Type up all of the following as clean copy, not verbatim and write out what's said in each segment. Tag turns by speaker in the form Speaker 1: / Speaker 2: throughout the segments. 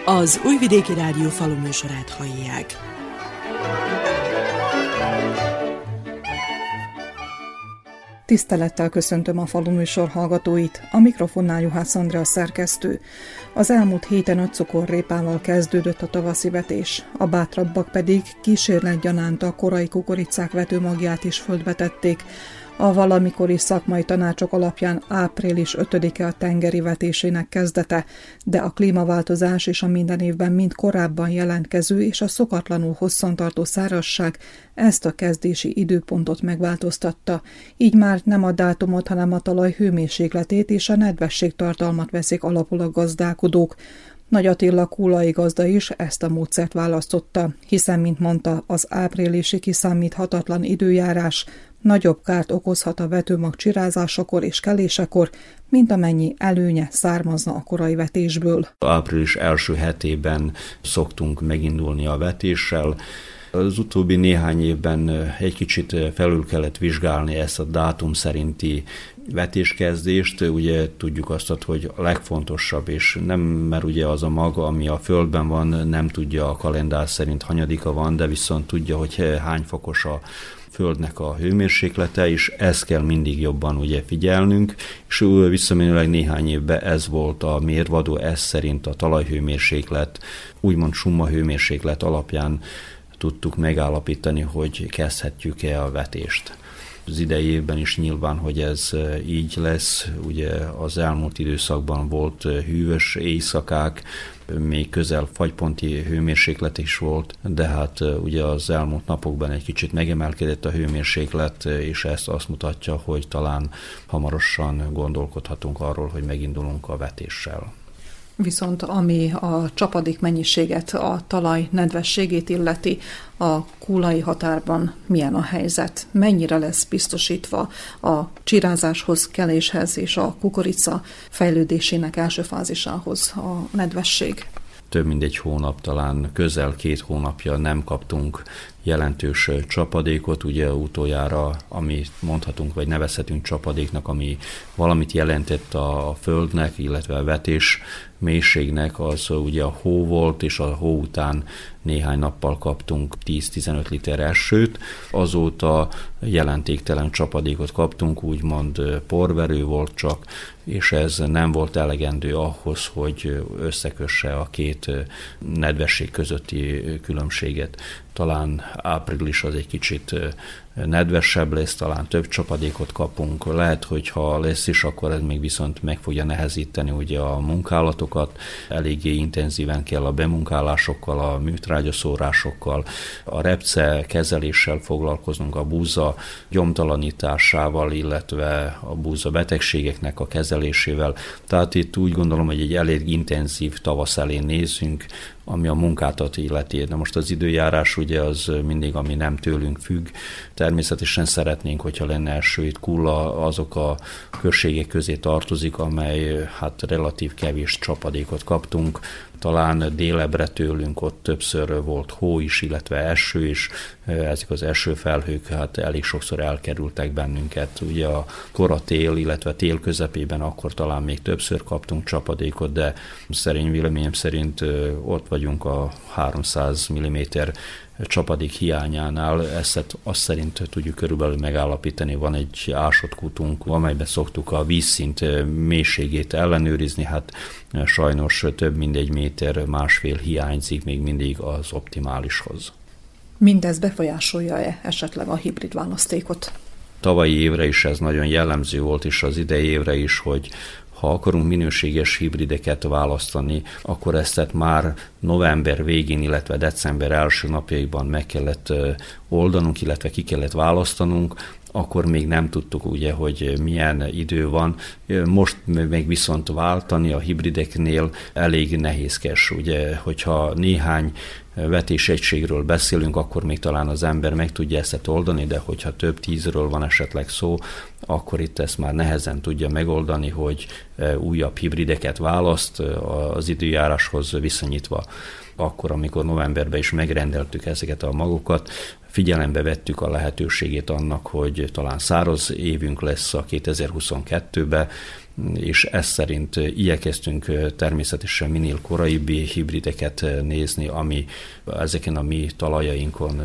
Speaker 1: Az Újvidéki Rádió faluműsorát hallják.
Speaker 2: Tisztelettel köszöntöm a faluműsor hallgatóit, a mikrofonnál Juhász Andrea szerkesztő. Az elmúlt héten 5 cukorrépával kezdődött a tavaszi vetés, a bátrabbak pedig kísérletgyanánt a korai kukoricák vetőmagját is földbe tették. A valamikori szakmai tanácsok alapján április 5-e a tengeri vetésének kezdete, de a klímaváltozás és a minden évben mind korábban jelentkező és a szokatlanul hosszantartó szárazság ezt a kezdési időpontot megváltoztatta. Így már nem a dátumot, hanem a talaj hőmérsékletét és a nedvességtartalmat veszik alapul a gazdálkodók. Nagy Attila kúlai gazda is ezt a módszert választotta, hiszen, mint mondta, az áprilisi kiszámíthatatlan időjárás nagyobb kárt okozhat a vetőmag csirázásakor és kelésekor, mint amennyi előnye származna a korai vetésből.
Speaker 3: Április első hetében szoktunk megindulni a vetéssel. Az utóbbi néhány évben egy kicsit felül kellett vizsgálni ezt a dátum szerinti vetéskezdést. Ugye tudjuk azt, hogy a legfontosabb, és nem, mert ugye az a mag, ami a földben van, nem tudja a kalendár szerint hanyadika van, de viszont tudja, hogy hány fokos a földnek a hőmérséklete, és ezt kell mindig jobban ugye figyelnünk, és visszamenőleg néhány évben ez volt a mérvadó, ez szerint a talajhőmérséklet, úgymond summa hőmérséklet alapján tudtuk megállapítani, hogy kezdhetjük-e a vetést. Az idei évben is nyilván, hogy ez így lesz, ugye az elmúlt időszakban volt hűvös éjszakák, még közel fagyponti hőmérséklet is volt, de hát ugye az elmúlt napokban egy kicsit megemelkedett a hőmérséklet, és ezt azt mutatja, hogy talán hamarosan gondolkodhatunk arról, hogy megindulunk a vetéssel.
Speaker 2: Viszont ami a csapadék mennyiséget, a talaj nedvességét illeti, a kúlai határban milyen a helyzet? Mennyire lesz biztosítva a csirázáshoz, keléshez és a kukorica fejlődésének első fázisához a nedvesség?
Speaker 3: Több mint egy hónap, talán közel 2 hónapja nem kaptunk jelentős csapadékot, ugye utoljára, amit mondhatunk, vagy nevezhetünk csapadéknak, ami valamit jelentett a földnek, illetve a vetés mélységnek, az ugye a hó volt, és a hó után néhány nappal kaptunk 10-15 liter esőt. Azóta jelentéktelen csapadékot kaptunk, úgymond porverő volt csak, és ez nem volt elegendő ahhoz, hogy összekösse a két nedvesség közötti különbséget. Talán április az egy kicsit nedvesebb lesz, talán több csapadékot kapunk. Lehet, hogy ha lesz is, akkor ez még viszont meg fogja nehezíteni ugye a munkálatokat. Eléggé intenzíven kell a bemunkálásokkal, a műtrágyaszórásokkal, a repce kezeléssel foglalkoznunk, a búza gyomtalanításával, illetve a búza betegségeknek a kezelésével. Tehát itt úgy gondolom, hogy egy elég intenzív tavasz elé nézünk, ami a munkátat illeti. De most az időjárás ugye az mindig, ami nem tőlünk függ. Természetesen szeretnénk, hogyha lenne eső. Itt Kulla azok a községek közé tartozik, amely hát relatív kevés csapadékot kaptunk. Talán délebbre tőlünk ott többször volt hó is, illetve eső is. Ezek az esőfelhők hát elég sokszor elkerültek bennünket. Ugye a kora tél, illetve tél közepében akkor talán még többször kaptunk csapadékot, de véleményem szerint ott vagyunk a 300 mm csapadék hiányánál. Ezt azt szerint tudjuk körülbelül megállapítani. Van egy ásott kutunk, amelyben szoktuk a vízszint mélységét ellenőrizni. Hát sajnos több mint 1 méter, 1,5 hiányzik még mindig az optimálishoz.
Speaker 2: Mindez befolyásolja-e esetleg a hibrid választékot?
Speaker 3: Tavalyi évre is ez nagyon jellemző volt, és az idei évre is, hogy ha akarunk minőséges hibrideket választani, akkor ezt már november végén, illetve december első napjaiban meg kellett oldanunk, illetve ki kellett választanunk, akkor még nem tudtuk ugye, hogy milyen idő van. Most meg viszont váltani a hibrideknél elég nehézkes. Ugye, hogyha néhány vetésegységről beszélünk, akkor még talán az ember meg tudja ezt oldani, de hogyha több 10-ről van esetleg szó, akkor itt ezt már nehezen tudja megoldani, hogy újabb hibrideket választ az időjáráshoz viszonyítva. Akkor, amikor novemberben is megrendeltük ezeket a magokat, figyelembe vettük a lehetőségét annak, hogy talán száraz évünk lesz a 2022-ben, és ez szerint igyekeztünk természetesen minél koraibb hibrideket nézni, ami ezeken a mi talajainkon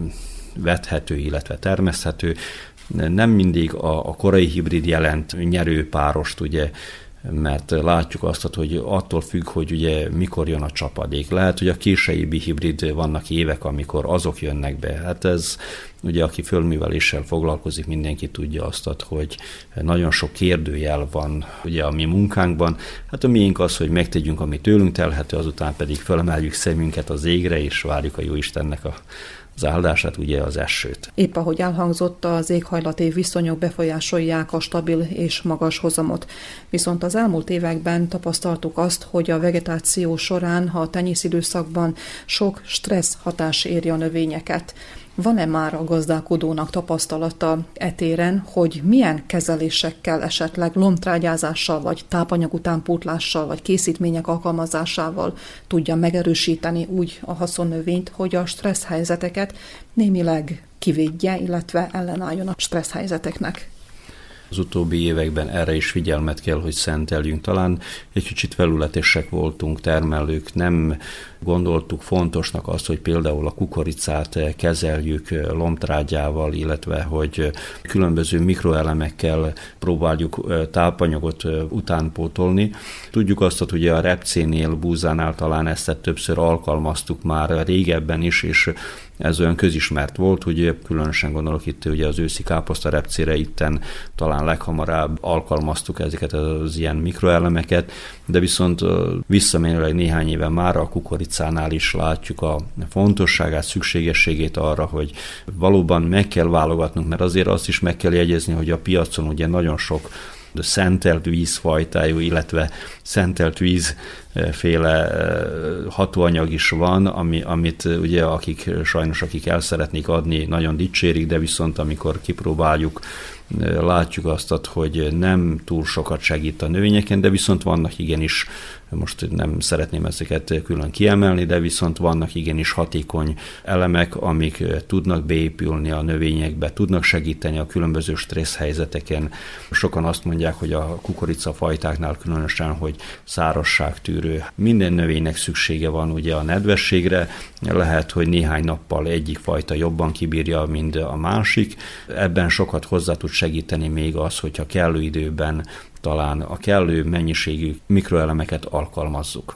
Speaker 3: vethető, illetve termeszthető. Nem mindig a korai hibrid jelent nyerőpárost, ugye, mert látjuk azt, hogy attól függ, hogy ugye mikor jön a csapadék. Lehet, hogy a későbbi hibrid vannak évek, amikor azok jönnek be. Hát ez ugye, aki földműveléssel foglalkozik, mindenki tudja azt, hogy nagyon sok kérdőjel van ugye a mi munkánkban. Hát a miénk az, hogy megtegyünk, ami tőlünk telhető, azután pedig fölemeljük szemünket az égre, és várjuk a Jóistennek az áldását, ugye az esőt.
Speaker 2: Épp ahogy elhangzott, az éghajlati viszonyok befolyásolják a stabil és magas hozamot. Viszont az elmúlt években tapasztaltuk azt, hogy a vegetáció során, a tenyészidőszakban sok stressz hatás éri a növényeket. Van-e már a gazdálkodónak tapasztalata e téren, hogy milyen kezelésekkel, esetleg lombtrágyázással, vagy tápanyag utánpótlással, vagy készítmények alkalmazásával tudja megerősíteni úgy a haszonnövényt, hogy a stressz helyzeteket némileg kivédje, illetve ellenálljon a stressz helyzeteknek?
Speaker 3: Az utóbbi években erre is figyelmet kell, hogy szenteljünk. Talán egy kicsit felületesek voltunk, termelők, nem gondoltuk fontosnak azt, hogy például a kukoricát kezeljük lombtrágyával, illetve hogy különböző mikroelemekkel próbáljuk tápanyagot utánpótolni. Tudjuk azt, hogy a repcénél, búzánál talán ezt többször alkalmaztuk már régebben is, és ez olyan közismert volt, hogy különösen gondolok itt ugye az őszi káposzta repcére, itten talán leghamarabb alkalmaztuk ezeket az ilyen mikroelemeket, de viszont visszamenőleg néhány éve már a kukoricánál is látjuk a fontosságát, szükségességét arra, hogy valóban meg kell válogatnunk, mert azért azt is meg kell jegyezni, hogy a piacon ugye nagyon sok szentelt vízfajtájú, illetve szentelt vízféle hatóanyag is van, amit ugye akik el szeretnék adni, nagyon dicsérik, de viszont amikor kipróbáljuk, látjuk azt, hogy nem túl sokat segít a növényeken, de viszont vannak igenis, most nem szeretném ezeket külön kiemelni, de viszont vannak igenis hatékony elemek, amik tudnak beépülni a növényekbe, tudnak segíteni a különböző stressz helyzeteken. Sokan azt mondják, hogy a kukoricafajtáknál különösen, hogy szárazságtűrő. Minden növénynek szüksége van ugye a nedvességre, lehet, hogy néhány nappal egyik fajta jobban kibírja, mint a másik. Ebben sokat hozzá tud segíteni még az, hogyha kellő időben talán a kellő mennyiségű mikroelemeket alkalmazzuk.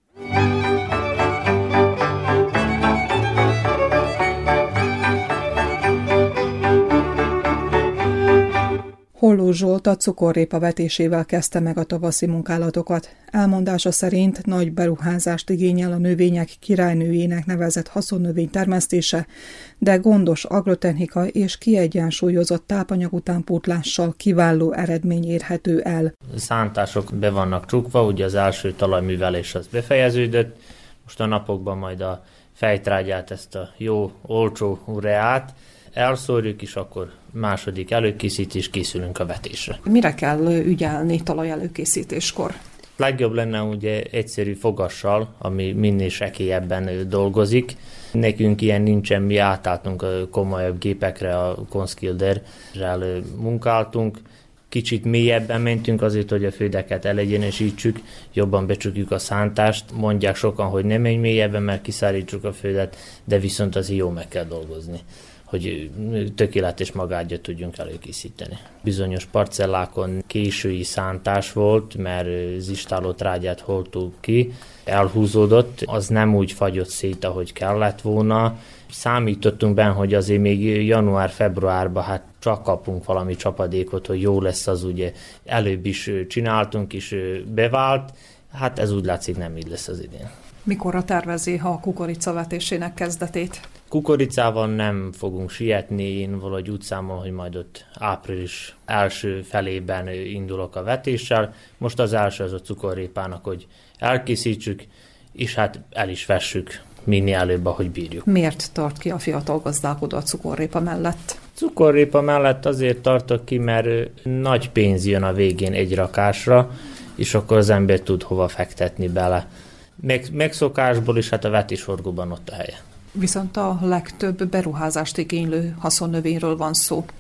Speaker 2: Holló Zsolt a cukorrépa vetésével kezdte meg a tavaszi munkálatokat. Elmondása szerint nagy beruházást igényel a növények királynőjének nevezett haszonnövény termesztése, de gondos agrotechnika és kiegyensúlyozott tápanyag utánpótlással kiváló eredmény érhető el.
Speaker 4: Szántások be vannak csukva, ugye az első talajművelés az befejeződött, most a napokban majd a fejtrágyát, ezt a jó, olcsó ureát elszórjuk, és akkor második előkészítés, készülünk a vetésre.
Speaker 2: Mire kell ügyelni talajelőkészítéskor?
Speaker 4: Legjobb lenne ugye egyszerű fogassal, ami minél sekélyebben dolgozik. Nekünk ilyen nincsen, mi átálltunk a komolyabb gépekre, a Conskilderrel munkáltunk. Kicsit mélyebben mentünk azért, hogy a földeket elegyenesítsük, jobban becsukjuk a szántást. Mondják sokan, hogy nem menj mélyebben, mert kiszárítsuk a földet, de viszont azért jó meg kell dolgozni, hogy tökéletes magágyat tudjunk előkészíteni. Bizonyos parcellákon késői szántás volt, mert zistáló trágyát holtuk ki, elhúzódott, az nem úgy fagyott szét, ahogy kellett volna. Számítottunk benne, hogy azért még január-februárban hát csak kapunk valami csapadékot, hogy jó lesz az, ugye előbb is csináltunk, és bevált, hát ez úgy látszik nem így lesz az idén.
Speaker 2: Mikorra tervezi a kukoricavetésének kezdetét?
Speaker 4: Kukoricával nem fogunk sietni, én valahogy úgy számolom, hogy majd ott április első felében indulok a vetéssel. Most az első az a cukorrépának, hogy elkészítsük, és hát el is vessük minél előbb, ahogy bírjuk.
Speaker 2: Miért tart ki a fiatal gazdálkodó a cukorrépa mellett?
Speaker 4: Cukorrépa mellett azért tartok ki, mert nagy pénz jön a végén egy rakásra, és akkor az ember tud hova fektetni bele. Megszokásból is hát a vetésorgóban ott a helye.
Speaker 2: Viszont a legtöbb beruházást igénylő haszonnövényről van szó.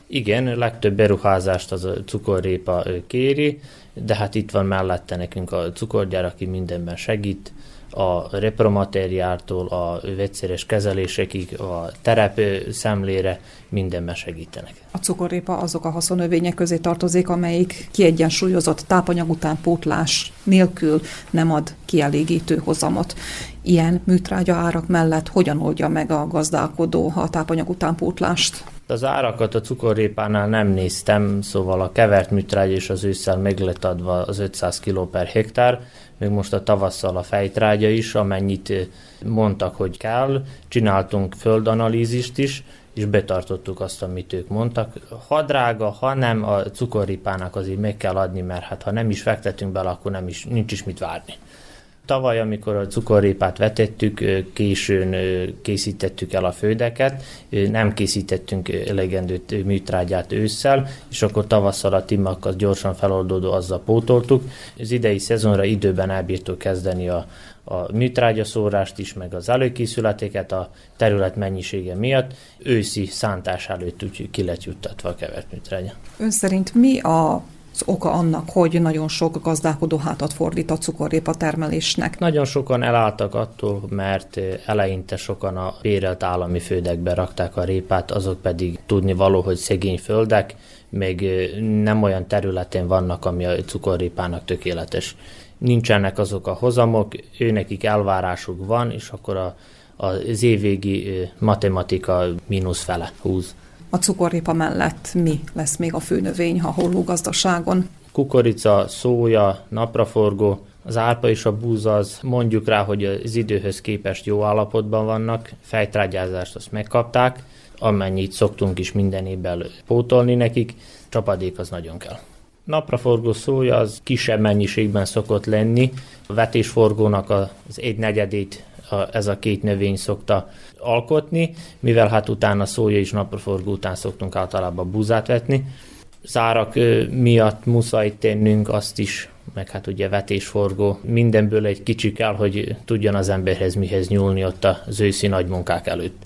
Speaker 4: Igen, legtöbb beruházást az a cukorrépa kéri, de hát itt van mellette nekünk a cukorgyár, aki mindenben segít, a repromateriáltól a vegyszeres kezelésekig, a terep szemlére mindenben segítenek.
Speaker 2: A cukorrépa azok a haszonnövények közé tartozik, amelyik kiegyensúlyozott tápanyag utánpótlás nélkül nem ad kielégítő hozamot. Ilyen műtrágya árak mellett hogyan oldja meg a gazdálkodó a tápanyag utánpótlást?
Speaker 4: Az árakat a cukorrépánál nem néztem, szóval a kevert műtrágya is az ősszel meg lett adva az 500 kg per hektár, még most a tavasszal a fejtrágya is, amennyit mondtak, hogy kell. Csináltunk földanalízist is, és betartottuk azt, amit ők mondtak. Ha drága, ha nem, a cukorrépának azért meg kell adni, mert hát ha nem is fektetünk bele, akkor nincs is mit várni. Tavaly, amikor a cukorrépát vetettük, későn készítettük el a földeket, nem készítettünk elegendő műtrágyát ősszel, és akkor tavasszal a timakat gyorsan feloldódó azzal pótoltuk. Az idei szezonra időben elbírtuk kezdeni a műtrágyaszórást is, meg az előkészületeket a terület mennyisége miatt. Őszi szántás előtt úgy ki lett juttatva a kevert műtrágya.
Speaker 2: Ön szerint mi az oka annak, hogy nagyon sok gazdálkodó hátat fordít a cukorrépa termelésnek?
Speaker 4: Nagyon sokan elálltak attól, mert eleinte sokan a bérelt állami földekbe rakták a répát, azok pedig tudnivaló, hogy szegény földek, még nem olyan területen vannak, ami a cukorrépának tökéletes. Nincsenek azok a hozamok, őnekik elvárásuk van, és akkor az évvégi matematika mínusz fele húz.
Speaker 2: A cukorrépa mellett mi lesz még a főnövény a hollógazdaságon?
Speaker 4: Kukorica, szója, napraforgó, az árpa és a búza, az mondjuk rá, hogy az időhöz képest jó állapotban vannak, fejtrágyázást azt megkapták, amennyit szoktunk is minden évben pótolni nekik, csapadék az nagyon kell. Napraforgó szója az kisebb mennyiségben szokott lenni, a vetésforgónak az 1/4 ez a két növény szokta alkotni, mivel hát utána szója és napraforgó után szoktunk általában búzát vetni. Szárak miatt muszáj tennünk azt is, meg hát ugye vetésforgó, mindenből egy kicsi kell, hogy tudjon az emberhez mihez nyúlni ott az őszi nagy munkák előtt.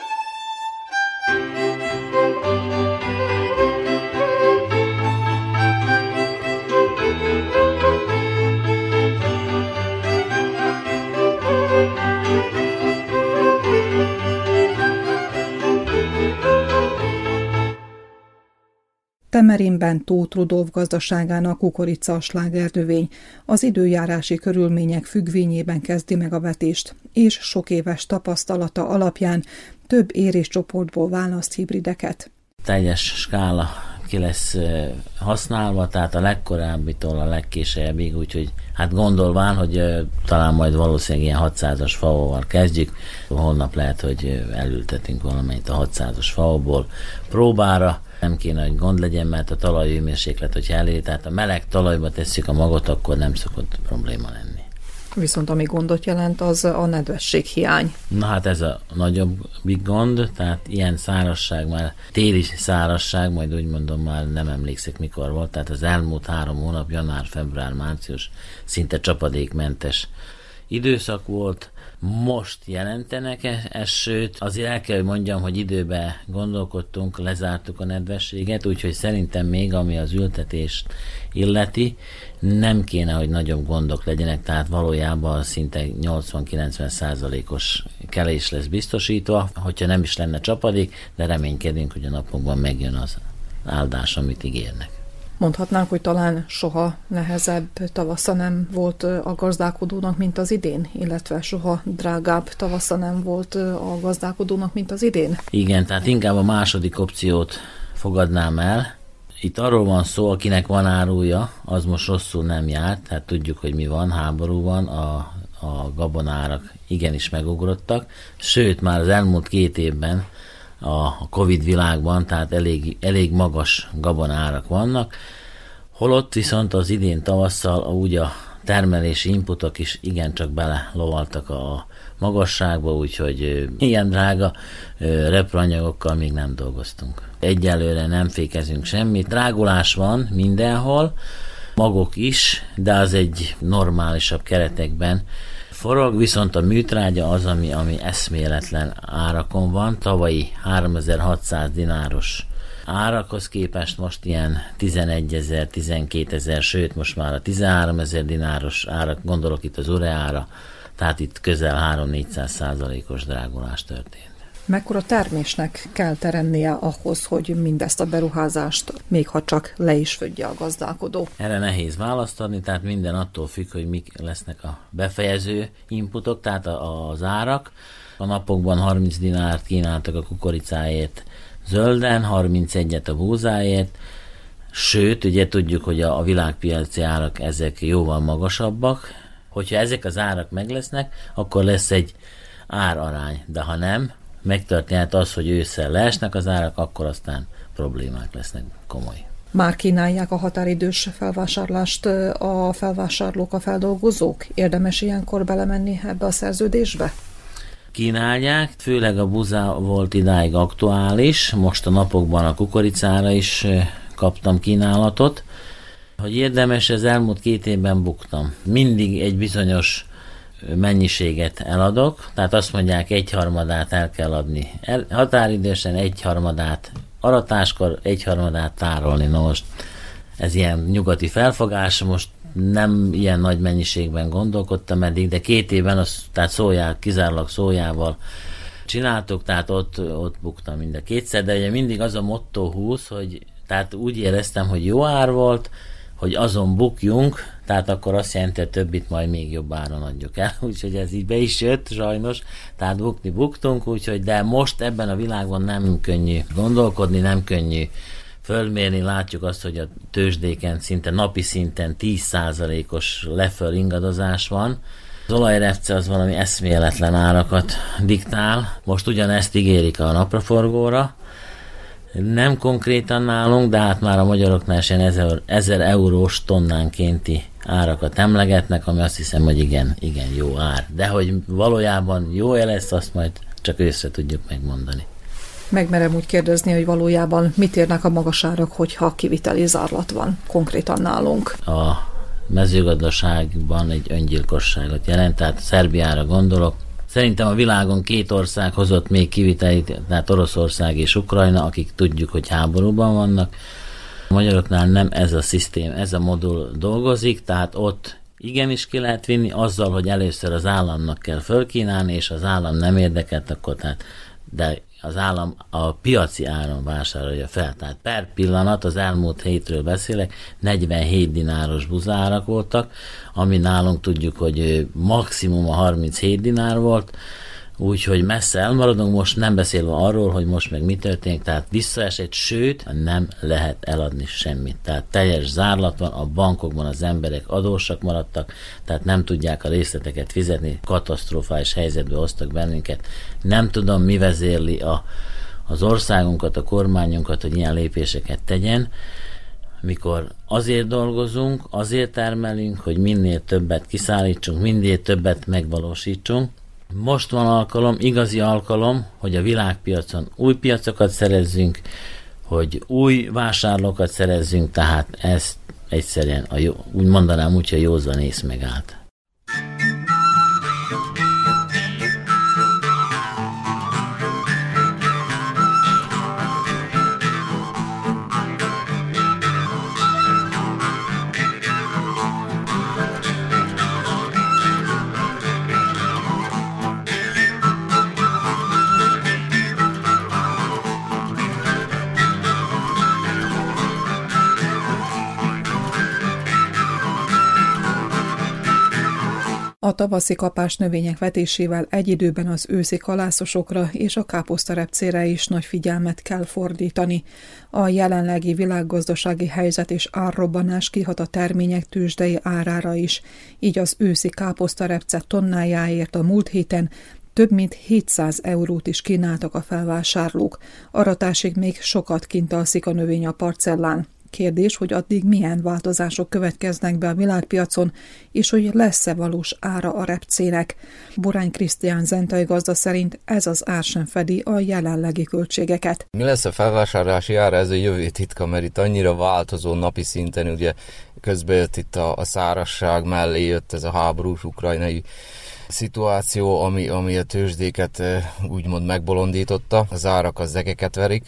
Speaker 2: Temerinben Tóth Rudolf gazdaságának kukorica a slágernövény. Az időjárási körülmények függvényében kezdi meg a vetést, és sok éves tapasztalata alapján több éréscsoportból választ hibrideket.
Speaker 5: Teljes skála ki lesz használva, tehát a legkorábbitól a legkésebbig, úgyhogy hát gondolván, hogy talán majd valószínűleg ilyen 600-as faóval kezdjük. Holnap lehet, hogy elültetünk valamelyet a 600-as faóból próbára. Nem kéne, hogy gond legyen, mert a talajhőmérséklet, hogyha elér, tehát a meleg talajba tesszük a magot, akkor nem szokott probléma lenni.
Speaker 2: Viszont ami gondot jelent, az a nedvesség hiány.
Speaker 5: Na hát ez a nagyobb gond, tehát ilyen szárazság már, téli szárazság, majd úgy mondom, már nem emlékszek mikor volt, tehát az elmúlt 3 hónap, január, február, március szinte csapadékmentes időszak volt. Most jelentenek esőt, azért el kell, hogy mondjam, hogy időben gondolkodtunk, lezártuk a nedvességet, úgyhogy szerintem még, ami az ültetést illeti, nem kéne, hogy nagyobb gondok legyenek, tehát valójában szinte 80-90%-os kelés lesz biztosítva, hogyha nem is lenne csapadék, de reménykedünk, hogy a napokban megjön az áldás, amit ígérnek.
Speaker 2: Mondhatnánk, hogy talán soha nehezebb tavasza nem volt a gazdálkodónak, mint az idén, illetve soha drágább tavasza nem volt a gazdálkodónak, mint az idén?
Speaker 5: Igen, tehát inkább a második opciót fogadnám el. Itt arról van szó, akinek van árulja, az most rosszul nem járt, hát tudjuk, hogy mi van, háború van, a gabonárak igenis megugrottak, sőt már az elmúlt 2 évben a Covid világban, tehát elég magas gabonárak vannak, holott viszont az idén tavasszal úgy a termelési inputok is igencsak belelovaltak a magasságba, úgyhogy ilyen drága reproanyagokkal még nem dolgoztunk. Egyelőre nem fékezünk semmit, drágulás van mindenhol, magok is, de az egy normálisabb keretekben forog, viszont a műtrágya az, ami eszméletlen árakon van. Tavalyi 3600 dináros árakhoz képest most ilyen 11 000, 12 000, sőt most már a 13 000 dináros árak, gondolok itt az ureára, tehát itt közel 300-400% drágulás történt.
Speaker 2: Mekkora termésnek kell teremnie ahhoz, hogy mindezt a beruházást, még ha csak le is födje a gazdálkodó?
Speaker 5: Erre nehéz választ adni, tehát minden attól függ, hogy mik lesznek a befejező inputok, tehát az árak. A napokban 30 dinárt kínáltak a kukoricáért zölden, 31-et a búzáért, sőt, ugye tudjuk, hogy a világpiaci árak ezek jóval magasabbak. Hogyha ezek az árak meg lesznek, akkor lesz egy árarány, de ha nem, megtörténhet az, hogy ősszel leesnek az árak, akkor aztán problémák lesznek komoly.
Speaker 2: Már kínálják a határidős felvásárlást a felvásárlók, a feldolgozók? Érdemes ilyenkor belemenni ebbe a szerződésbe?
Speaker 5: Kínálják, főleg a buza volt idáig aktuális, most a napokban a kukoricára is kaptam kínálatot. Hogy érdemes, az elmúlt 2 évben buktam. Mindig egy bizonyos mennyiséget eladok, tehát azt mondják, 1/3 el kell adni. Határidősen 1/3 aratáskor, 1/3 tárolni. Na most ez ilyen nyugati felfogás, most nem ilyen nagy mennyiségben gondolkodtam eddig, de 2 évben tehát kizárólag szójával csináltuk, tehát ott buktam mind a kétszer, de ugye mindig az a motto 20, hogy tehát úgy éreztem, hogy jó ár volt, hogy azon bukjunk, tehát akkor azt jelenti, hogy többit majd még jobb áron adjuk el, úgyhogy ez így be is jött sajnos, tehát buktunk, úgyhogy de most ebben a világban nem könnyű gondolkodni, nem könnyű fölmérni, látjuk azt, hogy a tőzsdéken szinte napi szinten 10%-os leföl ingadozás van. Az olajrepce az valami eszméletlen árakat diktál, most ugyanezt ígérik a napraforgóra, nem konkrétan nálunk, de hát már a magyaroknál sem 1000 eurós tonnánkénti árakat emlegetnek, ami azt hiszem, hogy igen jó ár. De hogy valójában jó-e lesz, azt majd csak őszre tudjuk megmondani.
Speaker 2: Megmerem úgy kérdezni, hogy valójában mit érnek a magas árak, hogyha kiviteli zárlat van konkrétan nálunk?
Speaker 5: A mezőgazdaságban egy öngyilkosságot jelent, tehát Szerbiára gondolok. Szerintem a világon 2 ország hozott még kivitelit, tehát Oroszország és Ukrajna, akik tudjuk, hogy háborúban vannak. A magyaroknál nem ez a szisztém, ez a modul dolgozik, tehát ott igenis ki lehet vinni azzal, hogy először az államnak kell fölkínálni, és az állam nem érdekelt, akkor de az állam a piaci áron vásárolja fel. Tehát per pillanat, az elmúlt hétről beszélek, 47 dináros buzárak voltak, ami nálunk tudjuk, hogy maximum a 37 dinár volt, úgyhogy messze elmaradunk, most nem beszélve arról, hogy most meg mi történik, tehát visszaesett, sőt, nem lehet eladni semmit. Tehát teljes zárlat van, a bankokban az emberek adósak maradtak, tehát nem tudják a részleteket fizetni, katasztrofális helyzetbe hoztak bennünket. Nem tudom, mi vezérli az országunkat, a kormányunkat, hogy ilyen lépéseket tegyen, mikor azért dolgozunk, azért termelünk, hogy minél többet kiszállítsunk, minél többet megvalósítsunk. Most van alkalom, igazi alkalom, hogy a világpiacon új piacokat szerezzünk, hogy új vásárlókat szerezzünk, tehát ezt egyszerűen úgy mondanám úgy, hogy józan ész megállt.
Speaker 2: A tavaszi kapás növények vetésével egy időben az őszi kalászosokra és a káposztarepcére is nagy figyelmet kell fordítani. A jelenlegi világgazdasági helyzet és árrobbanás kihat a termények tőzsdei árára is, így az őszi káposztarepce tonnájáért a múlt héten több mint 700 eurót is kínáltak a felvásárlók. Aratásig még sokat kint alszik a növény a parcellán. Kérdés, hogy addig milyen változások következnek be a világpiacon, és hogy lesz-e valós ára a repcének. Borány Krisztián zentai gazda szerint ez az ár sem fedi a jelenlegi költségeket.
Speaker 6: Mi lesz a felvásárlási ára, ez a jövő titka, mert itt annyira változó napi szinten, ugye közben jött itt a szárazság, mellé jött ez a háborús ukrajnai szituáció, ami a tőzsdéket úgymond megbolondította. Az árak az zegeket verik,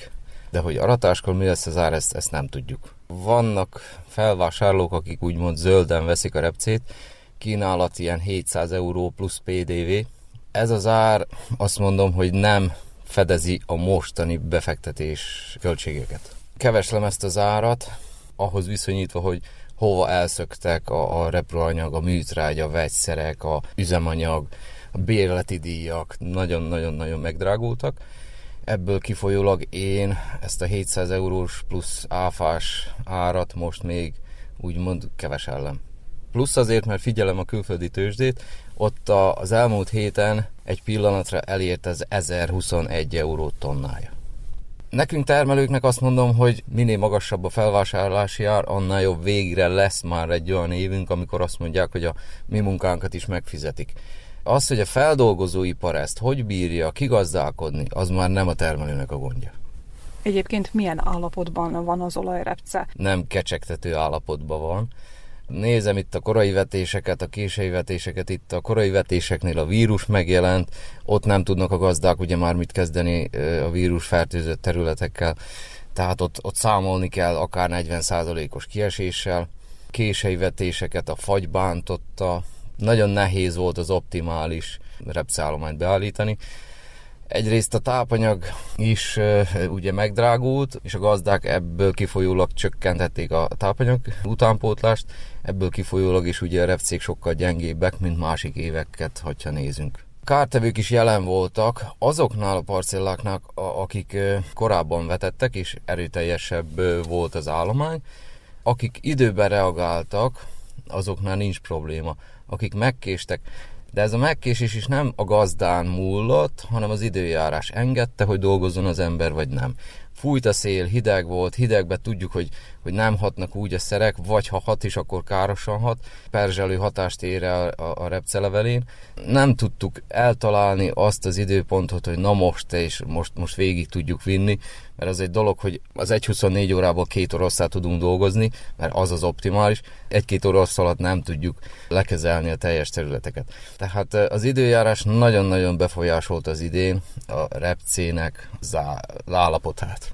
Speaker 6: de hogy aratáskor mi lesz az ár, ezt nem tudjuk. Vannak felvásárlók, akik úgymond zölden veszik a repcét, kínálat ilyen 700 euró plusz PDV. Ez az ár, azt mondom, hogy nem fedezi a mostani befektetés költségeket. Keveslem ezt az árat, ahhoz viszonyítva, hogy hova elszöktek a repülőanyag, a műtrágya, a vegyszerek, a üzemanyag, a bérleti díjak nagyon-nagyon-nagyon megdrágultak. Ebből kifolyólag én ezt a 700 eurós plusz áfás árat most még úgymond kevesellem. Plusz azért, mert figyelem a külföldi tőzsdét, ott az elmúlt héten egy pillanatra elért az 1021 euró tonnája. Nekünk termelőknek azt mondom, hogy minél magasabb a felvásárlási ár, annál jobb, végre lesz már egy olyan évünk, amikor azt mondják, hogy a mi munkánkat is megfizetik. Az, hogy a feldolgozóipar ezt hogy bírja kigazdálkodni, az már nem a termelőnek a gondja.
Speaker 2: Egyébként milyen állapotban van az olajrepce?
Speaker 6: Nem kecsegtető állapotban van. Nézem itt a korai vetéseket, a késői vetéseket, itt a korai vetéseknél a vírus megjelent, ott nem tudnak a gazdák ugye már mit kezdeni a vírus fertőzött területekkel, tehát ott számolni kell akár 40%-os kieséssel. Késői vetéseket a fagy bántotta, nagyon nehéz volt az optimális repceállományt beállítani. Egyrészt a tápanyag is ugye megdrágult, és a gazdák ebből kifolyólag csökkentették a tápanyag utánpótlást, ebből kifolyólag is ugye a repcék sokkal gyengébbek, mint másik éveket, hogyha nézünk. Kártevők is jelen voltak azoknál a parcelláknak, akik korábban vetettek, és erőteljesebb volt az állomány. Akik időben reagáltak, azoknál nincs probléma. Akik megkéstek, de ez a megkésés is nem a gazdán múlott, hanem az időjárás engedte, hogy dolgozzon az ember, vagy nem. Fújt a szél, hideg volt, hidegben tudjuk, hogy nem hatnak úgy a szerek, vagy ha hat is, akkor károsan hat. Perzselő hatást ér el a repcelevelén. Nem tudtuk eltalálni azt az időpontot, hogy na és most végig tudjuk vinni, mert az egy dolog, hogy az 1-24 órából 2 oroszlát tudunk dolgozni, mert az optimális. 1-2 orosz alatt nem tudjuk lekezelni a teljes területeket. Tehát az időjárás nagyon-nagyon befolyásolt az idén a repcének az állapotát.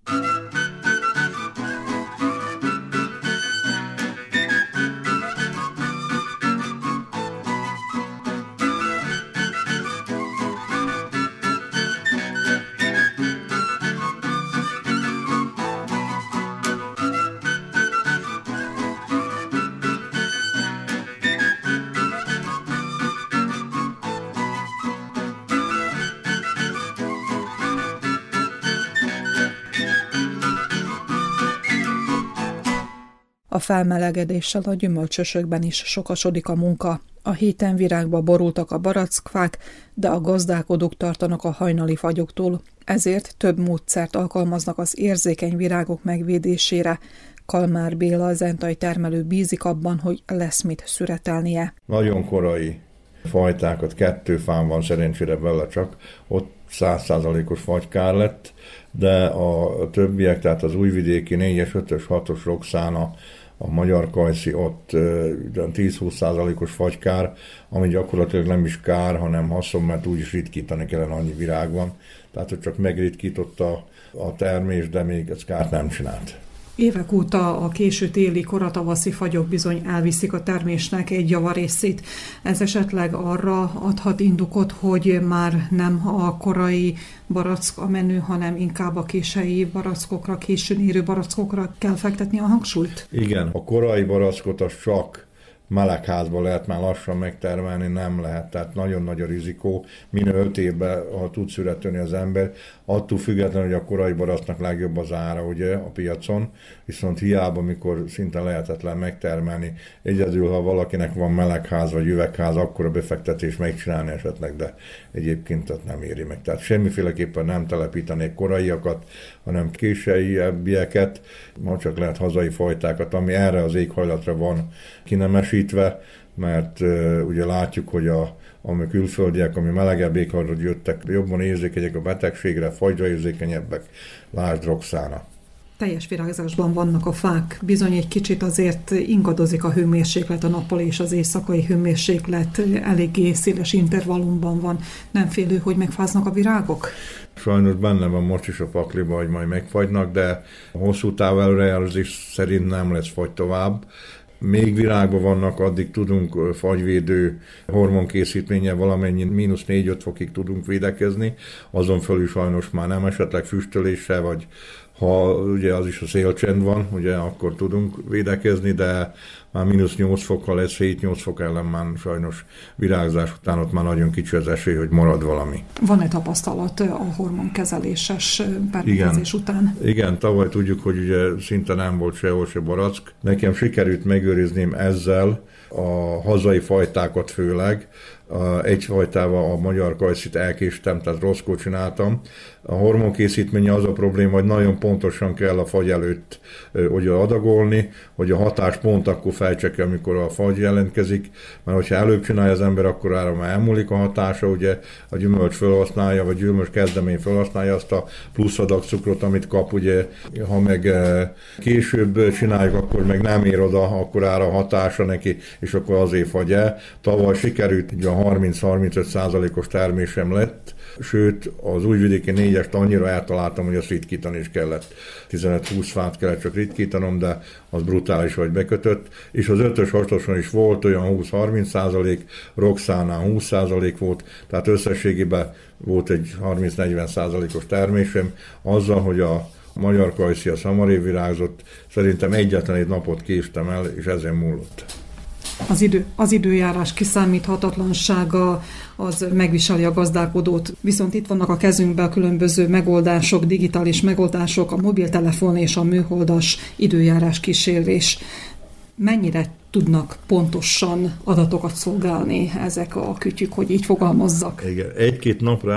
Speaker 2: A felmelegedéssel a gyümölcsösökben is sokasodik a munka. A héten virágba borultak a barackfák, de a gazdálkodók tartanak a hajnali fagyoktól, ezért több módszert alkalmaznak az érzékeny virágok megvédésére. Kalmár Béla, az entai termelő bízik abban, hogy lesz mit szüretelnie.
Speaker 7: Nagyon korai fajtákat, 2 fán van szerencsére vele csak, ott 100%-os fagykár lett, de a többiek, tehát az újvidéki 4-es, 5-ös, 6-os Roxana, a magyar kajszi, ott 10-20%-os fagykár, ami gyakorlatilag nem is kár, hanem haszon, mert úgyis ritkítani kellene, annyi virág van. Tehát, hogy csak megritkította a termés, de még ez kárt nem csinált.
Speaker 2: Évek óta a késő téli, koratavaszi fagyok bizony elviszik a termésnek egy javarészét. Ez esetleg arra adhat indokot, hogy már nem a korai barack a menő, hanem inkább a késői barackokra, későn érő barackokra kell fektetni a hangsúlyt?
Speaker 7: Igen, a korai barackot az csak melegházban lehet már lassan megtermelni, nem lehet, tehát nagyon nagy a rizikó, minél 5 évben, ha tud szüretölni az ember, attól függetlenül, hogy a korai baracknak legjobb az ára ugye a piacon, viszont hiába, amikor szinte lehetetlen megtermelni, egyedül, ha valakinek van melegház vagy üvegház, akkor a befektetés megcsinálni esetleg, de egyébként nem éri meg. Tehát semmiféleképpen nem telepítenék koraiakat, hanem későbbieket, ma csak lehet hazai fajtákat, ami erre az éghajlatra van kinemesítve, mert ugye látjuk, hogy ami külföldiek, ami melegebb éghajlatra jöttek, jobban érzékenyek a betegségre, fagyra érzékenyebbek, lásd Roxana.
Speaker 2: Teljes virágzásban vannak a fák, bizony egy kicsit azért ingadozik a hőmérséklet, a nappali és az éjszakai hőmérséklet eléggé széles intervallumban van. Nem félő, hogy megfáznak a virágok?
Speaker 7: Sajnos benne van most is a pakliba, hogy majd megfagynak, de a hosszú táv előrejelzés szerint nem lesz fagy tovább. Még virágban vannak, addig tudunk fagyvédő hormonkészítménnyel valamennyi -4-5 fokig tudunk védekezni, azon fölül sajnos már nem, esetleg füstöléssel, vagy ha ugye az is a szélcsend van, ugye akkor tudunk védekezni, de már -8 fokkal lesz, 7-8 fok ellen már sajnos virágzás után ott már nagyon kicsi az esély, hogy marad valami.
Speaker 2: Van-e tapasztalat a hormonkezeléses permetezés után?
Speaker 7: Igen, tavaly tudjuk, hogy ugye szinte nem volt sehol se barack. Nekem sikerült megőrizném ezzel a hazai fajtákat főleg. Egy fajtával a magyar kajszit elkéstem, tehát rosszkó csináltam. A hormonkészítménye az a probléma, hogy nagyon pontosan kell a fagy előtt ugye adagolni, hogy a hatás pont akkor fejtse ki, amikor a fagy jelentkezik, mert hogyha előbb csinálja az ember, akkor arra már elmúlik a hatása, ugye a gyümölcs felhasználja, vagy gyümölcs kezdemény felhasználja azt a plusz adag cukrot, amit kap, ugye, ha meg később csináljuk, akkor meg nem ér oda, akkor ára a hatása neki, és akkor azért fagy el. Tavaly sikerült, ugye a 30-35%-os termésem lett, sőt az újvidéki 4-est annyira eltaláltam, hogy azt ritkítani is kellett. 15-20 fát kellett csak ritkítanom, de az brutális, hogy bekötött. És az 5-ös, 6-oson is volt olyan 20-30%, Roxánál 20% volt, tehát összességében volt egy 30-40%-os termésem, azzal, hogy a magyar kajszi, a szamarév virágzott, szerintem egyetlen egy napot késtem el, és ezen múlott.
Speaker 2: Az időjárás kiszámíthatatlansága az megviseli a gazdálkodót, viszont itt vannak a kezünkben a különböző megoldások, digitális megoldások, a mobiltelefon és a műholdas időjárás kísérés. Mennyire tudnak pontosan adatokat szolgálni ezek a kütyük, hogy így fogalmazzak?
Speaker 7: Igen, egy napra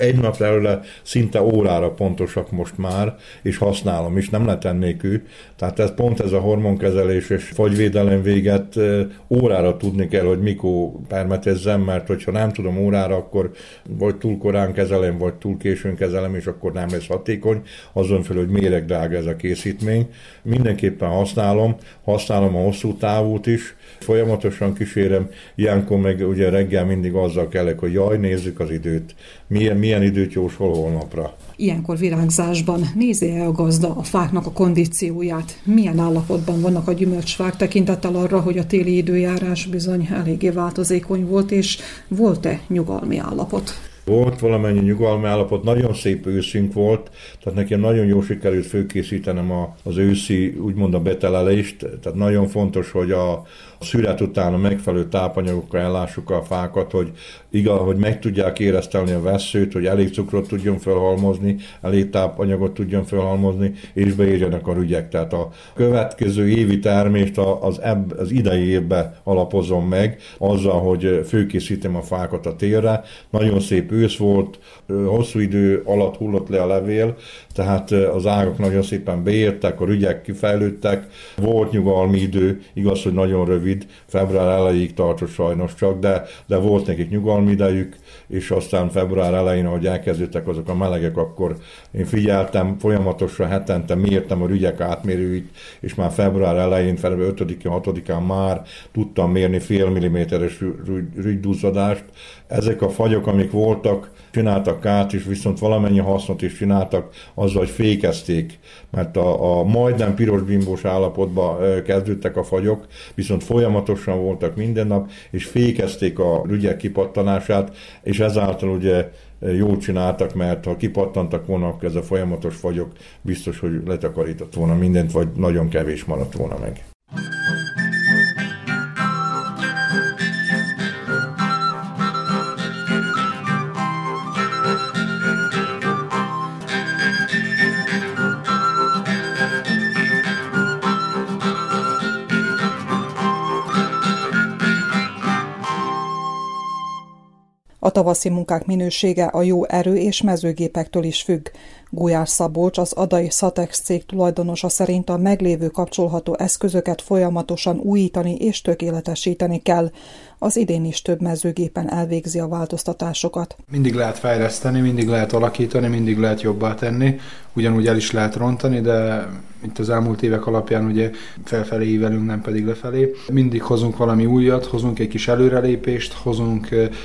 Speaker 7: előre szinte órára pontosak most már, és használom is, nem lehet ennélkül. Tehát ez pont ez a hormonkezelés és fagyvédelem véget órára tudni kell, hogy mikor permetezzem, mert hogyha nem tudom órára, akkor vagy túl korán kezelem, vagy túl későn kezelem, és akkor nem lesz hatékony. Azon felül, hogy méregdrága ez a készítmény. Mindenképpen használom a hosszú távút is, folyamatosan kísérem, ilyenkor meg ugye reggel mindig azzal kellek, hogy jaj, nézzük az időt, milyen időt jósol holnapra.
Speaker 2: Ilyenkor virágzásban nézi-e a gazda a fáknak a kondícióját? Milyen állapotban vannak a gyümölcsfák tekintettel arra, hogy a téli időjárás bizony eléggé változékony volt, és volt-e nyugalmi állapot?
Speaker 7: Volt valamennyi nyugalmi állapot, nagyon szép őszünk volt, tehát nekem nagyon jó sikerült fölkészítenem az őszi, úgymond a betelelést, tehát nagyon fontos, hogy a szület után a megfelelő tápanyagokkal ellássuk a fákat, hogy hogy meg tudják éreztelni a vesszőt, hogy elég cukrot tudjon felhalmozni, elég tápanyagot tudjon felhalmozni, és beérjenek a rügyek. Tehát a következő évi termést az idei évben alapozom meg, azzal, hogy fölkészítem a fákat a térre. Nagyon szép ősz volt, hosszú idő alatt hullott le a levél, tehát az ágak nagyon szépen beértek, a rügyek kifejlődtek, volt nyugalmi idő, igaz, hogy nagyon rövid, február elejéig tartott sajnos csak, de volt nekik nyugalmi idejük, és aztán február elején, ahogy elkezdődtek azok a melegek, akkor én figyeltem, folyamatosan hetente mértem a rügyek átmérőit, és már február elején, február 5-én, 6-án már tudtam mérni fél milliméteres rügyduzzadást. Ezek a fagyok, amik voltak, csináltak kárt is, viszont valamennyi hasznot is csináltak azzal, hogy fékezték, mert a majdnem piros bimbós állapotba kezdődtek a fagyok, viszont folyamatosan voltak minden nap, és fékezték a rügyek kipattanását, és ezáltal ugye jól csináltak, mert ha kipattantak volna, ez a folyamatos fagyok biztos, hogy letakarított volna mindent, vagy nagyon kevés maradt volna meg.
Speaker 2: A tavaszi munkák minősége a jó erő és mezőgépektől is függ. Gulyás Szabolcs, az Adai Szatex cég tulajdonosa szerint a meglévő kapcsolható eszközöket folyamatosan újítani és tökéletesíteni kell. Az idén is több mezőgépen elvégzi a változtatásokat.
Speaker 8: Mindig lehet fejleszteni, mindig lehet alakítani, mindig lehet jobbá tenni, ugyanúgy el is lehet rontani, de itt az elmúlt évek alapján ugye felfelé ívelünk, nem pedig lefelé. Mindig hozunk valami újat, hozunk egy kis előrelépést, hozunk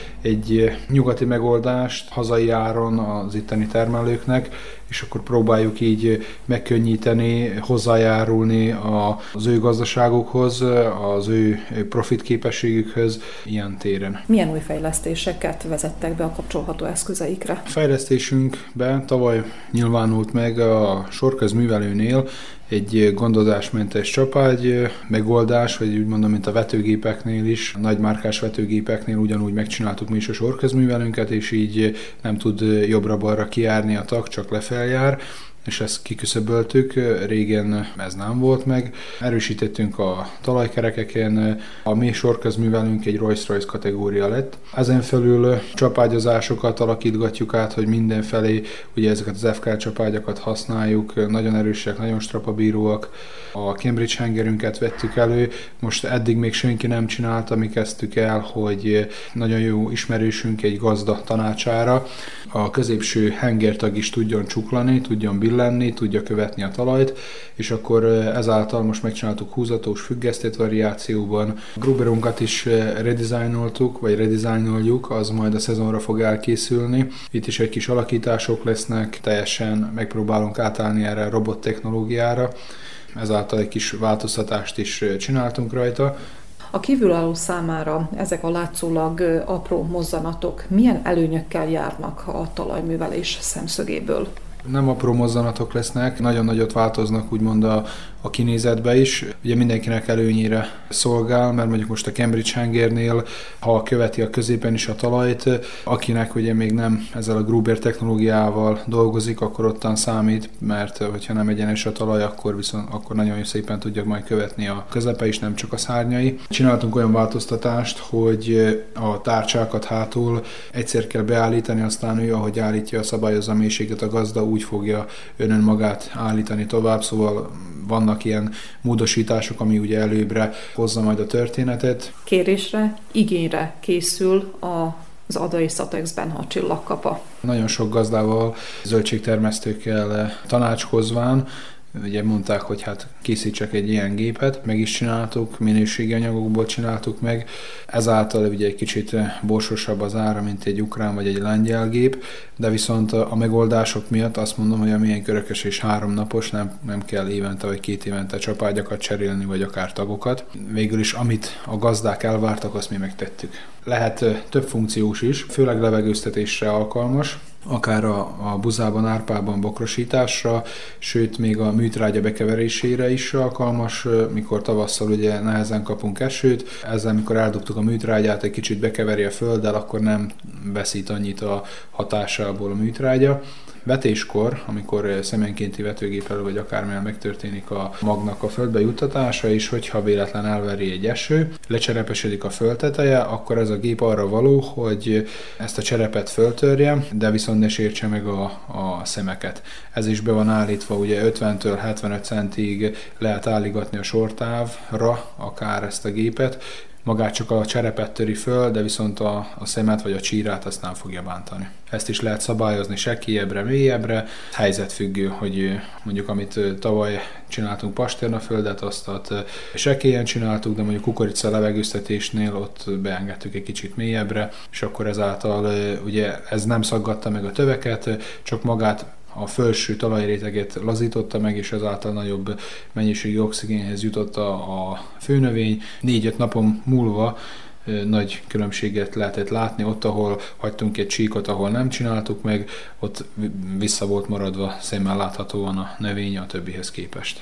Speaker 8: egy nyugati megoldást hazai áron az itteni termelőknek, és akkor próbáljuk így megkönnyíteni, hozzájárulni az ő gazdaságukhoz, az ő profit képességükhöz ilyen téren.
Speaker 2: Milyen új fejlesztéseket vezettek be a kapcsolható eszközeikre?
Speaker 8: Fejlesztésünkben tavaly nyilvánult meg a sorközművelőnél egy gondozásmentes csapágy megoldás, vagy úgy mondom, mint a vetőgépeknél is, a nagymárkás vetőgépeknél ugyanúgy megcsináltuk mi is a sorközművelőnket, és így nem tud jobbra-balra kijárni a tag, csak lefeljár, és ezt kiküszöböltük, régen ez nem volt meg. Erősítettünk a talajkerekeken, a mi sorközművelőnk egy Rolls-Royce kategória lett. Ezen felül csapágyozásokat alakítgatjuk át, hogy mindenfelé ugye ezeket az FK csapágyakat használjuk, nagyon erősek, nagyon strapabíróak. A Cambridge hengerünket vettük elő, most eddig még senki nem csinálta, mi kezdtük el, hogy nagyon jó ismerősünk egy gazda tanácsára a középső hengertag is tudjon csuklani, tudjon billenni, tudja követni a talajt, és akkor ezáltal most megcsináltuk húzatós, függesztett variációban. A Gruberunkat is redesignoltuk, vagy redesignoljuk, az majd a szezonra fog elkészülni. Itt is egy kis alakítások lesznek, teljesen megpróbálunk átállni erre a robot technológiára, ezáltal egy kis változtatást is csináltunk rajta.
Speaker 2: A kívülálló számára ezek a látszólag apró mozzanatok milyen előnyökkel járnak a talajművelés szemszögéből?
Speaker 8: Nem apró mozzanatok lesznek, nagyon nagyot változnak úgymond a kinézetbe is. Ugye mindenkinek előnyére szolgál, mert mondjuk most a Cambridge hengernél, ha követi a középen is a talajt, akinek ugye még nem ezzel a Gruber technológiával dolgozik, akkor ottan számít, mert hogyha nem egyenes a talaj, akkor nagyon szépen tudja majd követni a közepe is, nem csak a szárnyai. Csináltunk olyan változtatást, hogy a tárcsákat hátul egyszer kell beállítani, aztán ő, ahogy állítja a szabályozó mélységet a gazda, úgy fogja önön magát állítani tovább, szóval vannak ilyen módosítások, ami ugye előbbre hozza majd a történetet.
Speaker 2: Kérésre, igényre készül az Adai Szatexben a csillagkapa.
Speaker 8: Nagyon sok gazdával, zöldségtermesztőkkel tanácskozván, ugye mondták, hogy hát készítsek egy ilyen gépet, meg is csináltuk, minőségi anyagokból csináltuk meg, ezáltal ugye egy kicsit borsosabb az ára, mint egy ukrán vagy egy lengyel gép, de viszont a megoldások miatt azt mondom, hogy a milyen körökös és 3 napos, nem kell évente vagy 2 évente csapágyakat cserélni, vagy akár tagokat. Végül is, amit a gazdák elvártak, azt mi megtettük. Lehet több funkciós is, főleg levegőztetésre alkalmas, akár a buzában, árpában bokrosításra, sőt még a műtrágya bekeverésére is alkalmas, mikor tavasszal ugye nehezen kapunk esőt, ezzel mikor eldugtuk a műtrágyát, egy kicsit bekeveri a földdel, akkor nem veszít annyit a hatásából a műtrágya. Vetéskor, amikor szemenkénti vetőgéppel vagy akármilyen megtörténik a magnak a földbe juttatása, és hogyha véletlen elveri egy eső, lecserepesedik a földteteje, akkor ez a gép arra való, hogy ezt a cserepet föltörje, de viszont ne sértse meg a szemeket. Ez is be van állítva, ugye 50-től 75 centig lehet álligatni a sortávra akár ezt a gépet, magát csak a cserepet töri föl, de viszont a szemet vagy a csírát azt nem fogja bántani. Ezt is lehet szabályozni sekélyebbre, mélyebbre, helyzetfüggő, hogy mondjuk amit tavaly csináltunk pasternaföldet, azt sekélyen csináltuk, de mondjuk kukorica levegőztetésnél ott beengedtük egy kicsit mélyebbre, és akkor ezáltal ugye ez nem szaggatta meg a töveket, csak magát a felső talajréteget lazította meg, és ezáltal nagyobb mennyiségű oxigénhez jutott a főnövény. 4-5 napon múlva nagy különbséget lehetett látni, ott, ahol hagytunk egy csíkot, ahol nem csináltuk meg, ott vissza volt maradva szemmel láthatóan a növénye a többihez képest.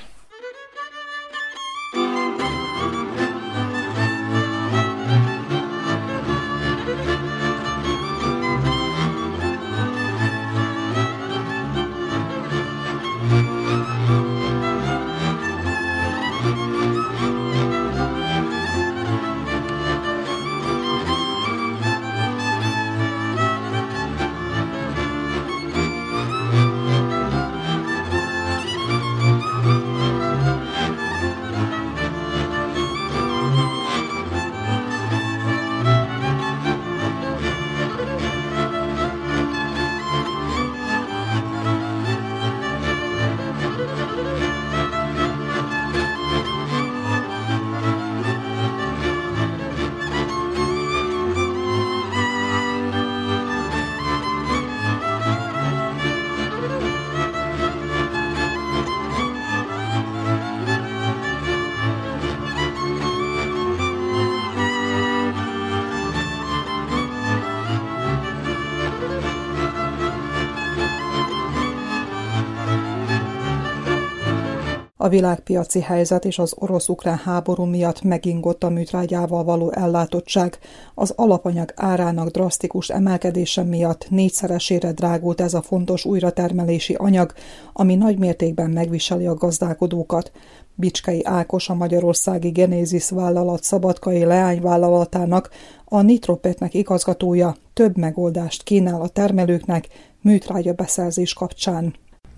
Speaker 2: A világpiaci helyzet és az orosz-ukrán háború miatt megingott a műtrágyával való ellátottság. Az alapanyag árának drasztikus emelkedése miatt 4-szeresére drágult ez a fontos újratermelési anyag, ami nagy mértékben megviseli a gazdálkodókat. Bicskei Ákos, a magyarországi Genesis vállalat szabadkai leányvállalatának, a Nitropetnek igazgatója több megoldást kínál a termelőknek műtrágya beszerzés kapcsán.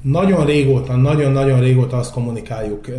Speaker 9: Nagyon-nagyon régóta azt kommunikáljuk,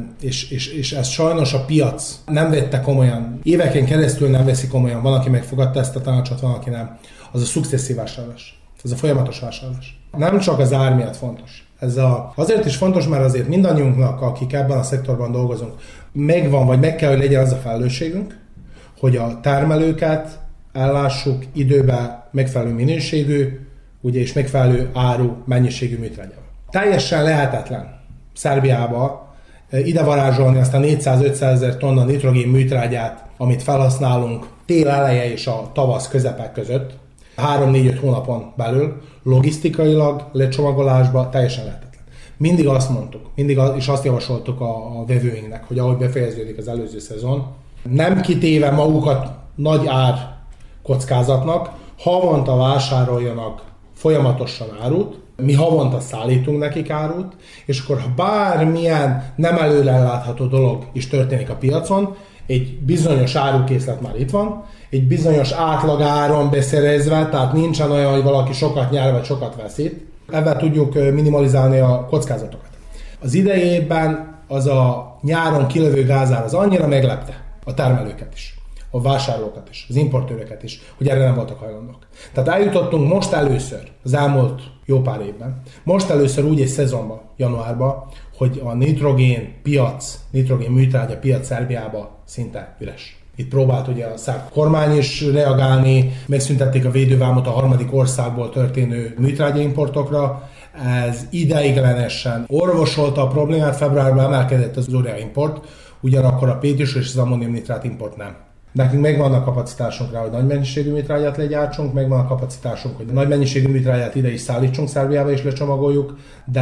Speaker 9: és ezt sajnos a piac nem vette komolyan. Éveken keresztül nem veszi komolyan. Van, aki megfogadta ezt a tanácsot, van, aki nem. Az a szukcesszív vásárlás. Ez a folyamatos vásárlás. Nem csak az ár miatt fontos. Azért is fontos, mert azért mindannyiunknak, akik ebben a szektorban dolgozunk, megvan, vagy meg kell, hogy legyen az a felelősségünk, hogy a termelőket ellássuk időben megfelelő minőségű, ugye, és megfelelő áru mennyiségű műtrágyával. Teljesen lehetetlen Szerbiába ide varázsolni azt a 400-500 ezer tonna nitrogén műtrágyát, amit felhasználunk tél eleje és a tavasz közepek között, 3-4-5 hónapon belül, logisztikailag, lecsomagolásba teljesen lehetetlen. Mindig azt mondtuk, és azt javasoltuk a vevőinknek, hogy ahogy befejeződik az előző szezon, nem kitéve magukat nagy ár kockázatnak, havonta vásároljanak folyamatosan árut, mi havonta szállítunk nekik árut, és akkor ha bármilyen nem előrelátható dolog is történik a piacon, egy bizonyos árukészlet már itt van, egy bizonyos átlagáron beszerezve, tehát nincsen olyan, hogy valaki sokat nyer vagy sokat veszít. Ebben tudjuk minimalizálni a kockázatokat. Az idejében az a nyáron kilövő gázár az annyira meglepte a termelőket is, a vásárlókat is, az importőröket is, hogy erre nem voltak hajlandók. Tehát eljutottunk most először, az elmúlt jó pár évben, most először úgy egy szezonban, januárban, hogy a nitrogén műtrágya piac Szerbiában szinte üres. Itt próbált ugye a szerb kormány is reagálni, megszüntették a védővámot a harmadik országból történő műtrágyaimportokra. Ez ideiglenesen orvosolta a problémát, februárban emelkedett az urea import, ugyanakkor a pétis és az ammóniumnitrát import nem. Nekünk megvan a kapacitásunk rá, hogy nagy mennyiségű műtrágyát legyártsunk, megvan a kapacitásunk, hogy nagy mennyiségű műtrágyát ide is szállítsunk Szerbiába és lecsomagoljuk, de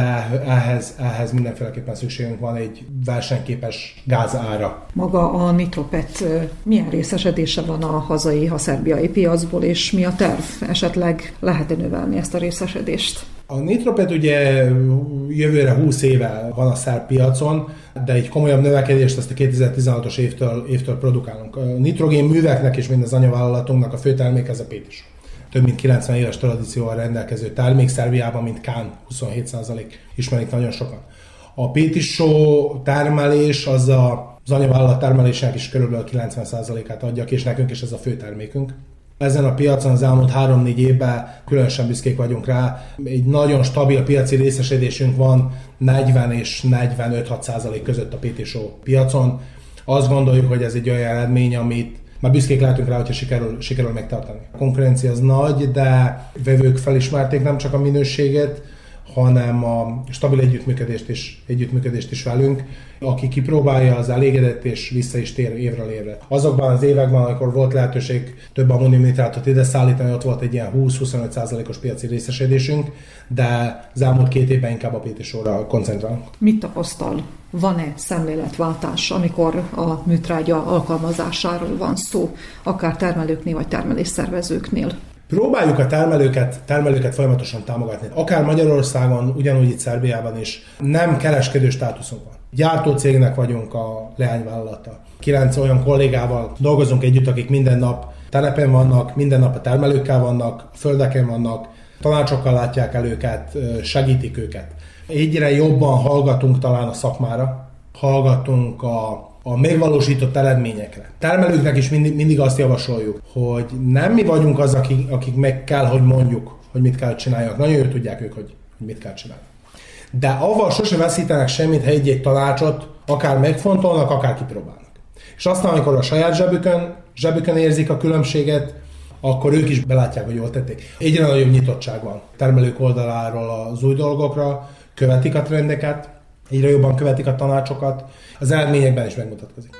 Speaker 9: ehhez mindenféleképpen szükségünk van egy versenyképes gázára.
Speaker 2: Maga a Nitropet milyen részesedése van a hazai, a szerbiai piacból, és mi a terv? Esetleg lehet-e növelni ezt a részesedést?
Speaker 9: A Nitropet ugye jövőre 20 éve van a szerb piacon, de egy komolyabb növekedést ezt a 2016-os évtől produkálunk. A nitrogén műveknek és mind az anyavállalatunknak a fő termék ez a pétis. Több mint 90 éves tradícióval rendelkező termék, Szerbiában, mint kán, 27% ismerik nagyon sokan. A pétisó termelés az anyavállalat termelésének is körülbelül 90%-át adja ki, és nekünk is ez a fő termékünk. Ezen a piacon az elmúlt 3-4 évben különösen büszkék vagyunk rá. Egy nagyon stabil piaci részesedésünk van, 40 és 45-6% között a pétisó piacon. Azt gondoljuk, hogy ez egy olyan eredmény, amit már büszkék lehetünk rá, hogyha sikerül megtartani. A konkurencia az nagy, de vevők felismerték nem csak a minőséget, hanem a stabil együttműködést is velünk. Aki kipróbálja, az elégedett és vissza is tér évről évre. Azokban az években, amikor volt lehetőség több ammóniumnitrátot ide szállítani, ott volt egy ilyen 20-25%-os piaci részesedésünk, de az elmúlt 2 évben inkább a pétisóra koncentrálunk.
Speaker 2: Mit tapasztal? Van-e szemléletváltás, amikor a műtrágya alkalmazásáról van szó, akár termelőknél vagy termelésszervezőknél?
Speaker 9: Próbáljuk a termelőket folyamatosan támogatni. Akár Magyarországon, ugyanúgy itt Szerbiában is nem kereskedő státuszunk van. Gyártócégnek vagyunk a leányvállalata. 9 olyan kollégával dolgozunk együtt, akik minden nap telepen vannak, minden nap a termelőkkel vannak, a földeken vannak, tanácsokkal látják el őket, segítik őket. Egyre jobban hallgatunk talán a szakmára, hallgatunk a megvalósított eredményekre. Termelőknek is mindig azt javasoljuk, hogy nem mi vagyunk az, akik meg kell, hogy mondjuk, hogy mit kell csinálják. Nagyon jól tudják ők, hogy mit kell csinálni. De avval sose veszítenek semmit, ha egy tanácsot akár megfontolnak, akár kipróbálnak. És aztán, amikor a saját zsebükön érzik a különbséget, akkor ők is belátják, hogy jól tették. Egyre nagyobb nyitottság van termelők oldaláról az új dolgokra, követik a trendeket, egyre jobban követik a tanácsokat, az eredményekben is megmutatkozik.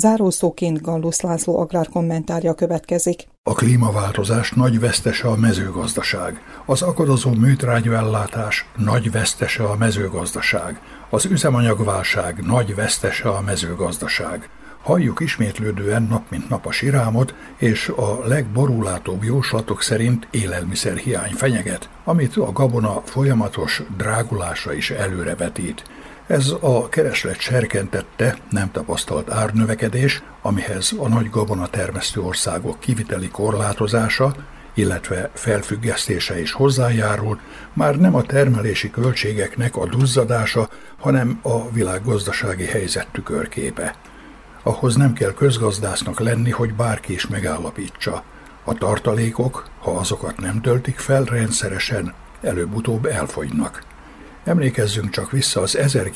Speaker 2: Zárószóként Gallus László agrárkommentárja következik.
Speaker 10: A klímaváltozás nagy vesztese a mezőgazdaság. Az akadozó műtrágyaellátás nagy vesztese a mezőgazdaság. Az üzemanyagválság nagy vesztese a mezőgazdaság. Halljuk ismétlődően nap mint nap a sirámot, és a legborúlátóbb jóslatok szerint élelmiszerhiány fenyeget, amit a gabona folyamatos drágulása is előrevetít. Ez a kereslet serkentette, nem tapasztalt árnövekedés, amihez a nagy gabona termesztő országok kiviteli korlátozása, illetve felfüggesztése is hozzájárult, már nem a termelési költségeknek a duzzadása, hanem a világgazdasági helyzet tükörképe. Ahhoz nem kell közgazdásznak lenni, hogy bárki is megállapítsa. A tartalékok, ha azokat nem töltik fel rendszeresen, előbb-utóbb elfogynak. Emlékezzünk csak vissza az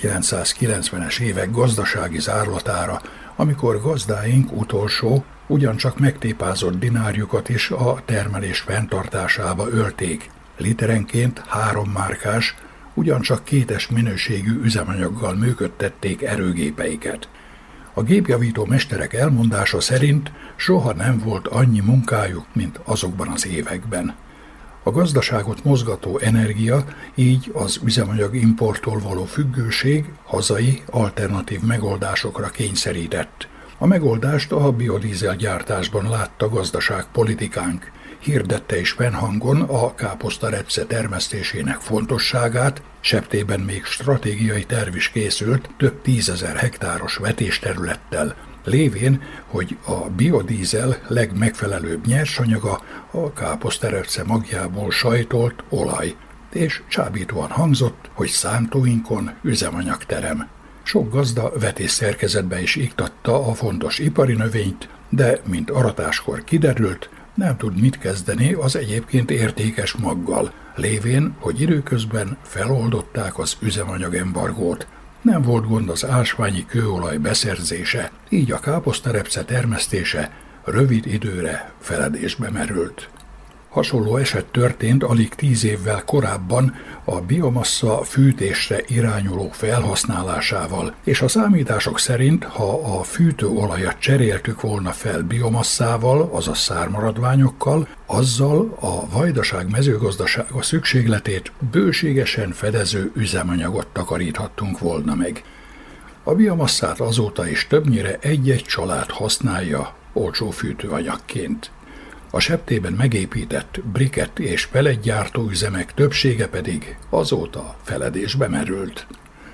Speaker 10: 1990-es évek gazdasági zárlatára, amikor gazdáink utolsó, ugyancsak megtépázott dinárjukat is a termelés fenntartásába ölték. Literenként 3 márkás, ugyancsak 2-es minőségű üzemanyaggal működtették erőgépeiket. A gépjavító mesterek elmondása szerint soha nem volt annyi munkájuk, mint azokban az években. A gazdaságot mozgató energia, így az üzemanyag importtól való függőség hazai, alternatív megoldásokra kényszerített. A megoldást a biodízel gyártásban látta gazdaságpolitikánk. Hirdette is fennhangon a káposztarepce termesztésének fontosságát, septében még stratégiai terv is készült több 10 000 hektáros vetésterülettel, lévén, hogy a biodízel legmegfelelőbb nyersanyaga a káposzterepce magjából sajtolt olaj, és csábítóan hangzott, hogy szántóinkon üzemanyagterem. Sok gazda vetészszerkezetbe is iktatta a fontos ipari növényt, de, mint aratáskor kiderült, nem tud mit kezdeni az egyébként értékes maggal, lévén, hogy időközben feloldották az üzemanyagembargót. Nem volt gond az ásványi kőolaj beszerzése, így a káposztarepce termesztése rövid időre feledésbe merült. Hasonló eset történt alig 10 évvel korábban a biomassa fűtésre irányuló felhasználásával, és a számítások szerint, ha a fűtőolajat cseréltük volna fel biomasszával, azaz szármaradványokkal, azzal a vajdaság mezőgazdasága szükségletét bőségesen fedező üzemanyagot takaríthattunk volna meg. A biomasszát azóta is többnyire egy-egy család használja olcsó fűtőanyagként. A septében megépített briket és pelletgyártó üzemek többsége pedig azóta feledésbe merült.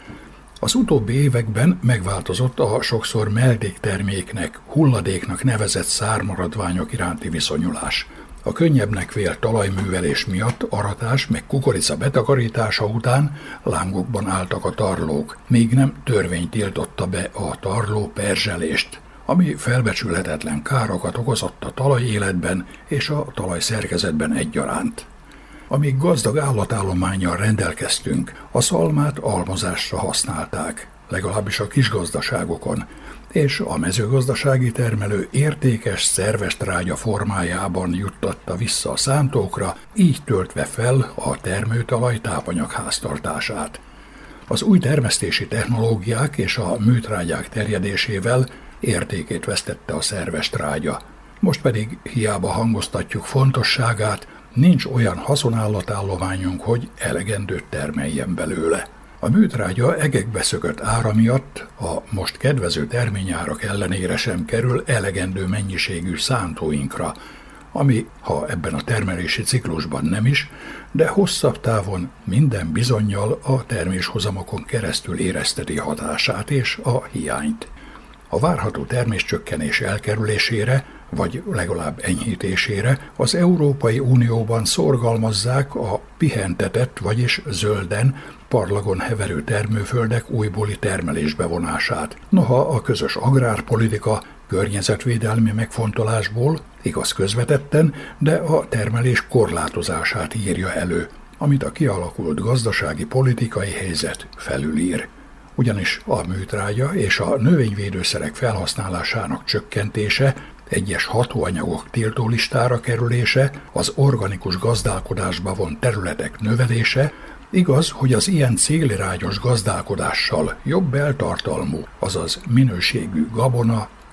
Speaker 10: Az utóbbi években megváltozott a sokszor mellékterméknek, hulladéknak nevezett szármaradványok iránti viszonyulás. A könnyebbnek vélt talajművelés miatt aratás meg kukorica betakarítása után lángokban álltak a tarlók, még nem törvény tiltotta be a tarló perzselést, ami felbecsülhetetlen károkat okozott a talajéletben és a talajszerkezetben egyaránt. Amíg gazdag állatállománnyal rendelkeztünk, a szalmát almozásra használták, legalábbis a kisgazdaságokon, és a mezőgazdasági termelő értékes szerves trágya formájában juttatta vissza a szántókra, így töltve fel a termőtalaj tápanyagháztartását. Az új termesztési technológiák és a műtrágyák terjedésével értékét vesztette a szerves trágya. Most pedig hiába hangoztatjuk fontosságát, nincs olyan haszonállatállományunk, hogy elegendőt termeljen belőle. A műtrágya egekbe szökött ára miatt a most kedvező terményárak ellenére sem kerül elegendő mennyiségű szántóinkra, ami, ha ebben a termelési ciklusban nem is, de hosszabb távon minden bizonnyal a terméshozamokon keresztül érezteti hatását és a hiányt. A várható terméscsökkenés elkerülésére, vagy legalább enyhítésére az Európai Unióban szorgalmazzák a pihentetett, vagyis zölden, parlagon heverő termőföldek újbóli termelésbe vonását. Noha a közös agrárpolitika környezetvédelmi megfontolásból, igaz közvetetten, de a termelés korlátozását írja elő, amit a kialakult gazdasági politikai helyzet felülír. Ugyanis a műtrágya és a növényvédőszerek felhasználásának csökkentése, egyes hatóanyagok tiltólistára kerülése, az organikus gazdálkodásba vont területek növelése, igaz, hogy az ilyen célirányos gazdálkodással jobb beltartalmú, azaz minőségű gabona,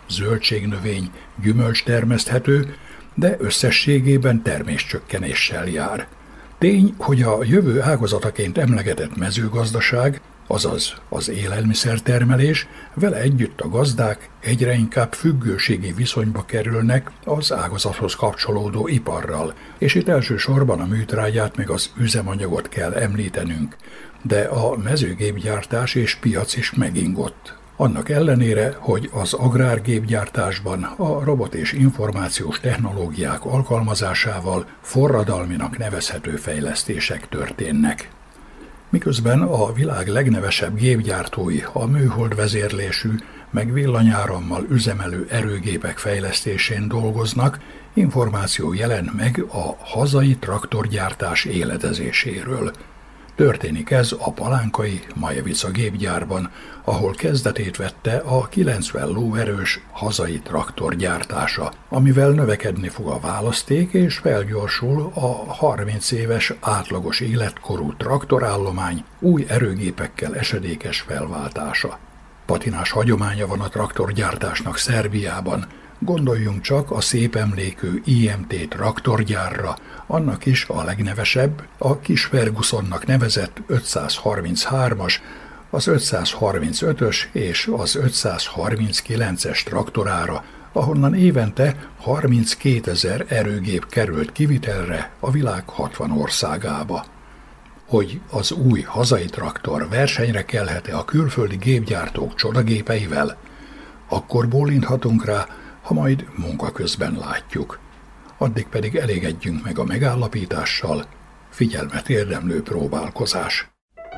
Speaker 10: zöldségnövény, gyümölcs termeszthető, de összességében terméscsökkenéssel jár. Tény, hogy a jövő ágazataként emlegetett mezőgazdaság, azaz az élelmiszertermelés, vele együtt a gazdák egyre inkább függőségi viszonyba kerülnek az ágazathoz kapcsolódó iparral, és itt elsősorban a műtrágyát meg az üzemanyagot kell említenünk, de a mezőgépgyártás és piac is megingott. Annak ellenére, hogy az agrárgépgyártásban a robot és információs technológiák alkalmazásával forradalminak nevezhető fejlesztések történnek. Miközben a világ legnevesebb gépgyártói a műhold vezérlésű, meg villanyárammal üzemelő erőgépek fejlesztésén dolgoznak, információ jelent meg a hazai traktorgyártás éledezéséről. Történik ez a palánkai Majevica gépgyárban, ahol kezdetét vette a 90 lóerős hazai traktorgyártása, amivel növekedni fog a választék és felgyorsul a 30 éves átlagos életkorú traktorállomány új erőgépekkel esedékes felváltása. Patinás hagyománya van a traktorgyártásnak Szerbiában, gondoljunk csak a szép emlékű IMT traktorgyárra, annak is a legnevesebb, a Kis Fergusonnak nevezett 533-as, az 535-ös és az 539-es traktorára, ahonnan évente 32 000 erőgép került kivitelre a világ 60 országába. Hogy az új hazai traktor versenyre kelhet-e a külföldi gépgyártók csodagépeivel, akkor bólinthatunk rá, ha majd munka közben látjuk. Addig pedig elégedjünk meg a megállapítással, figyelmet érdemlő próbálkozás.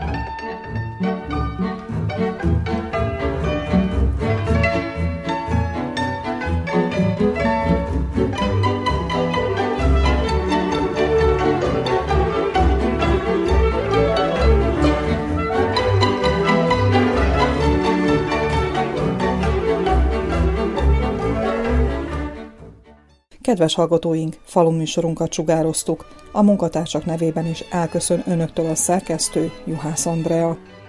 Speaker 2: Kedves hallgatóink, faluműsorunkat sugároztuk. A munkatársak nevében is elköszön önöktől a szerkesztő, Juhász Andrea.